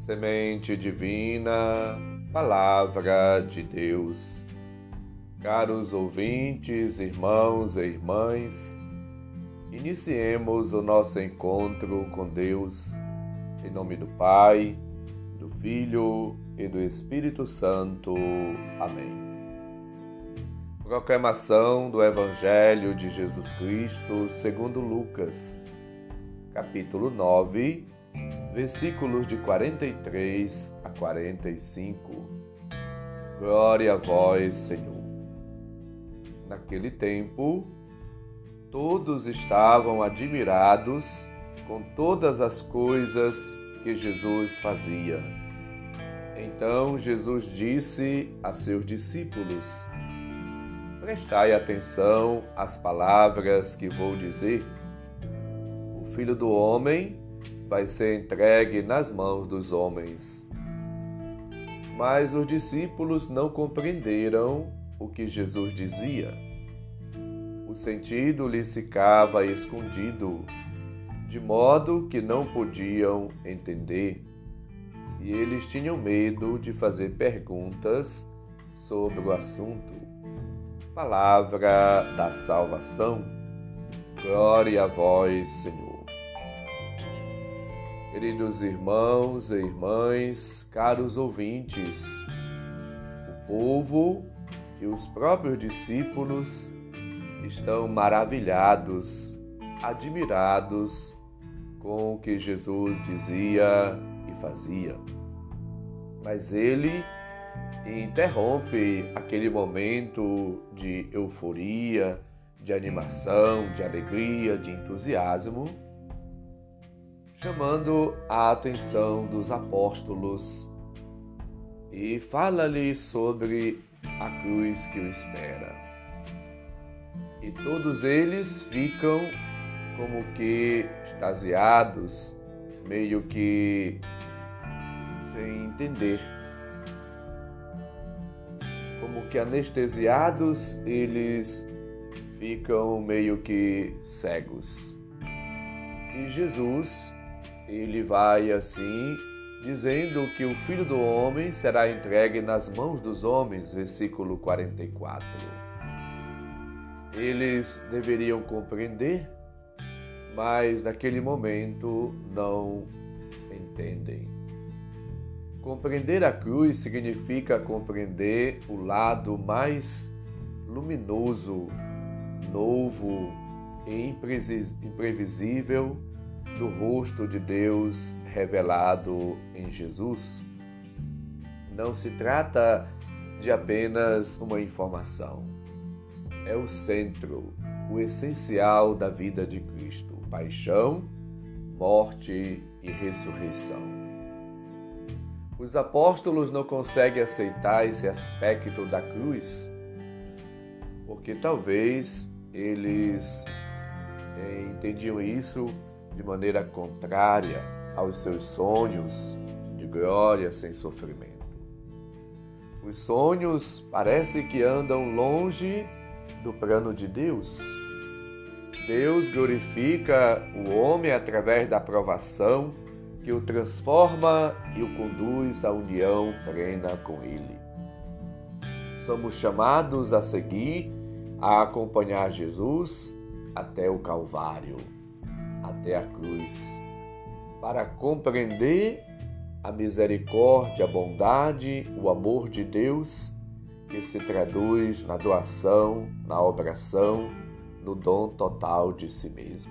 Semente divina, Palavra de Deus. Caros ouvintes, irmãos e irmãs, iniciemos o nosso encontro com Deus, em nome do Pai, do Filho e do Espírito Santo. Amém. Proclamação do Evangelho de Jesus Cristo segundo Lucas, capítulo 9, versículos de 43 a 45. Glória a vós, Senhor. Naquele tempo, todos estavam admirados com todas as coisas que Jesus fazia. Então Jesus disse a seus discípulos: prestai atenção às palavras que vou dizer. O Filho do Homem vai ser entregue nas mãos dos homens. Mas os discípulos não compreenderam o que Jesus dizia. O sentido lhes ficava escondido, de modo que não podiam entender, e eles tinham medo de fazer perguntas sobre o assunto. Palavra da salvação. Glória a vós, Senhor. Queridos irmãos e irmãs, caros ouvintes, o povo e os próprios discípulos estão maravilhados, admirados com o que Jesus dizia e fazia. Mas ele interrompe aquele momento de euforia, de animação, de alegria, de entusiasmo, chamando a atenção dos apóstolos e fala-lhes sobre a cruz que o espera. E todos eles ficam como que extasiados, meio que sem entender. Como que anestesiados, eles ficam meio que cegos. E Jesus, ele vai assim, dizendo que o Filho do Homem será entregue nas mãos dos homens, versículo 44. Eles deveriam compreender, mas naquele momento não entendem. Compreender a cruz significa compreender o lado mais luminoso, novo e imprevisível do rosto de Deus revelado em Jesus. Não se trata de apenas uma informação. É o centro, o essencial da vida de Cristo: paixão, morte e ressurreição. Os apóstolos não conseguem aceitar esse aspecto da cruz, porque talvez eles entendiam isso de maneira contrária aos seus sonhos de glória sem sofrimento. Os sonhos parece que andam longe do plano de Deus. Deus glorifica o homem através da provação que o transforma e o conduz à união plena com Ele. Somos chamados a seguir, a acompanhar Jesus até o Calvário, até a cruz, para compreender a misericórdia, a bondade, o amor de Deus, que se traduz na doação, na oração, no dom total de si mesmo.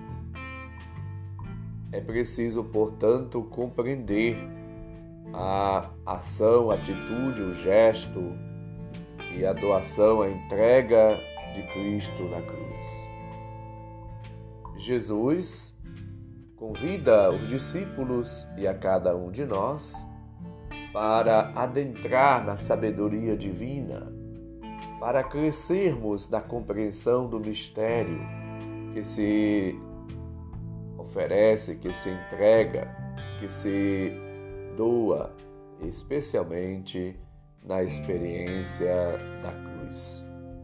É preciso, portanto, compreender a ação, a atitude, o gesto e a doação, a entrega de Cristo na cruz. Jesus convida os discípulos e a cada um de nós para adentrar na sabedoria divina, para crescermos na compreensão do mistério que se oferece, que se entrega, que se doa, especialmente na experiência da cruz.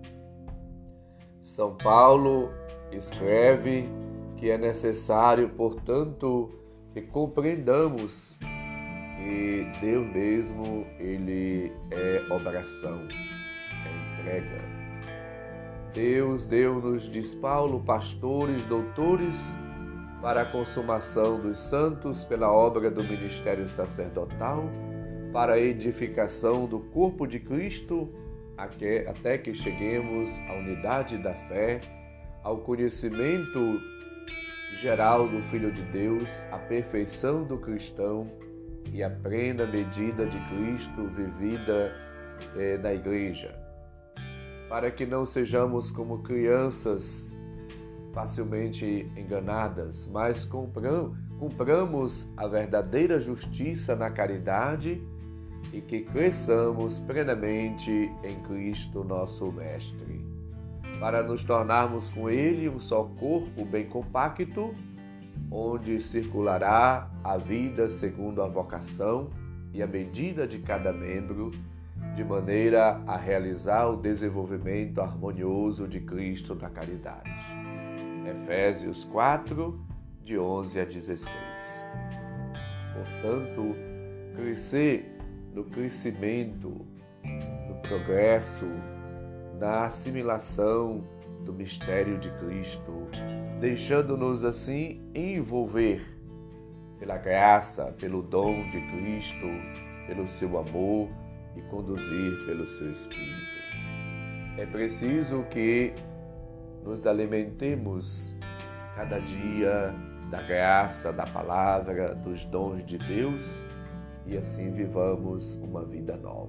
São Paulo escreve que é necessário, portanto, que compreendamos que Deus mesmo, Ele é obração, é entrega. Deus deu-nos, diz Paulo, pastores, doutores, para a consumação dos santos pela obra do ministério sacerdotal, para a edificação do corpo de Cristo, até que cheguemos à unidade da fé, ao conhecimento geral do Filho de Deus, à perfeição do cristão e à plena medida de Cristo vivida na Igreja, para que não sejamos como crianças facilmente enganadas, mas cumpramos a verdadeira justiça na caridade e que cresçamos plenamente em Cristo, nosso Mestre, para nos tornarmos com Ele um só corpo bem compacto, onde circulará a vida segundo a vocação e a medida de cada membro, de maneira a realizar o desenvolvimento harmonioso de Cristo na caridade. Efésios 4, de 11 a 16. Portanto, crescer no crescimento, no progresso, na assimilação do mistério de Cristo, deixando-nos assim envolver pela graça, pelo dom de Cristo, pelo seu amor e conduzir pelo seu Espírito. É preciso que nos alimentemos cada dia da graça, da palavra, dos dons de Deus e assim vivamos uma vida nova.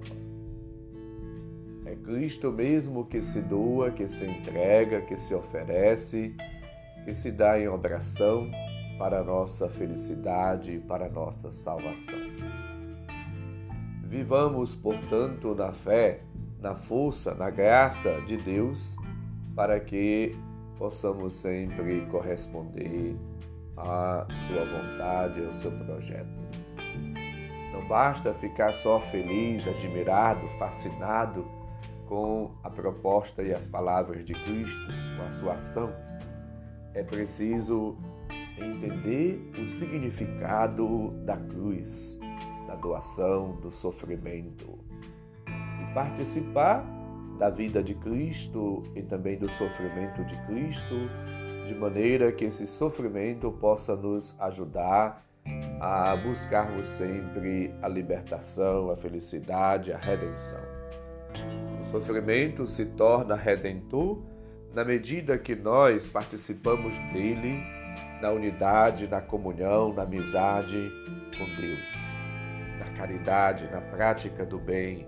É Cristo mesmo que se doa, que se entrega, que se oferece, que se dá em oração para a nossa felicidade e para a nossa salvação. Vivamos, portanto, na fé, na força, na graça de Deus, para que possamos sempre corresponder à sua vontade, ao seu projeto. Não basta ficar só feliz, admirado, fascinado com a proposta e as palavras de Cristo, com a sua ação. É preciso entender o significado da cruz, da doação, do sofrimento e participar da vida de Cristo e também do sofrimento de Cristo, de maneira que esse sofrimento possa nos ajudar a buscarmos sempre a libertação, a felicidade, a redenção. O sofrimento se torna redentor na medida que nós participamos dele na unidade, na comunhão, na amizade com Deus, na caridade, na prática do bem.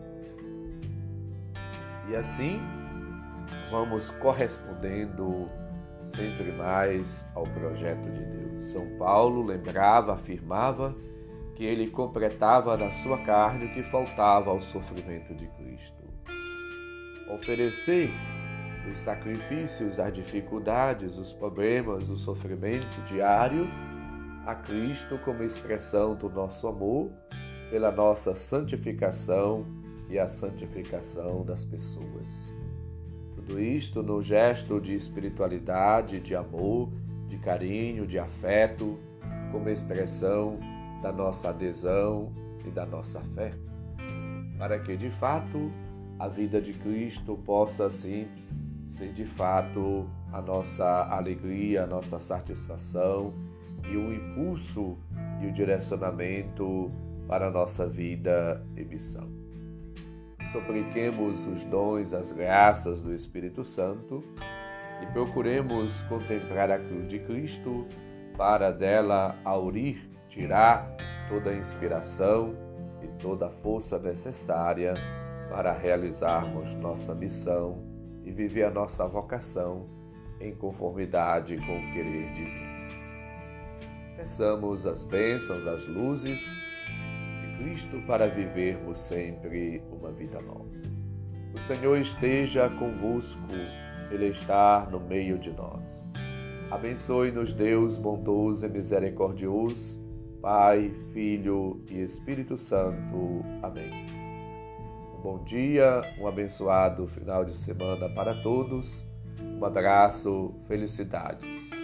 E assim vamos correspondendo sempre mais ao projeto de Deus. São Paulo lembrava, afirmava que ele completava na sua carne o que faltava ao sofrimento de Cristo. Oferecer os sacrifícios, as dificuldades, os problemas, o sofrimento diário a Cristo como expressão do nosso amor pela nossa santificação e a santificação das pessoas. Tudo isto no gesto de espiritualidade, de amor, de carinho, de afeto, como expressão da nossa adesão e da nossa fé, para que de fato a vida de Cristo possa assim ser de fato a nossa alegria, a nossa satisfação e o impulso e o direcionamento para a nossa vida e missão. Supliquemos os dons, as graças do Espírito Santo e procuremos contemplar a cruz de Cristo para dela aurir, tirar toda a inspiração e toda a força necessária para realizarmos nossa missão e viver a nossa vocação em conformidade com o querer divino. Peçamos as bênçãos, as luzes de Cristo para vivermos sempre uma vida nova. O Senhor esteja convosco, Ele está no meio de nós. Abençoe-nos, Deus bondoso e misericordioso, Pai, Filho e Espírito Santo. Amém. Um bom dia, um abençoado final de semana para todos. Um abraço, felicidades.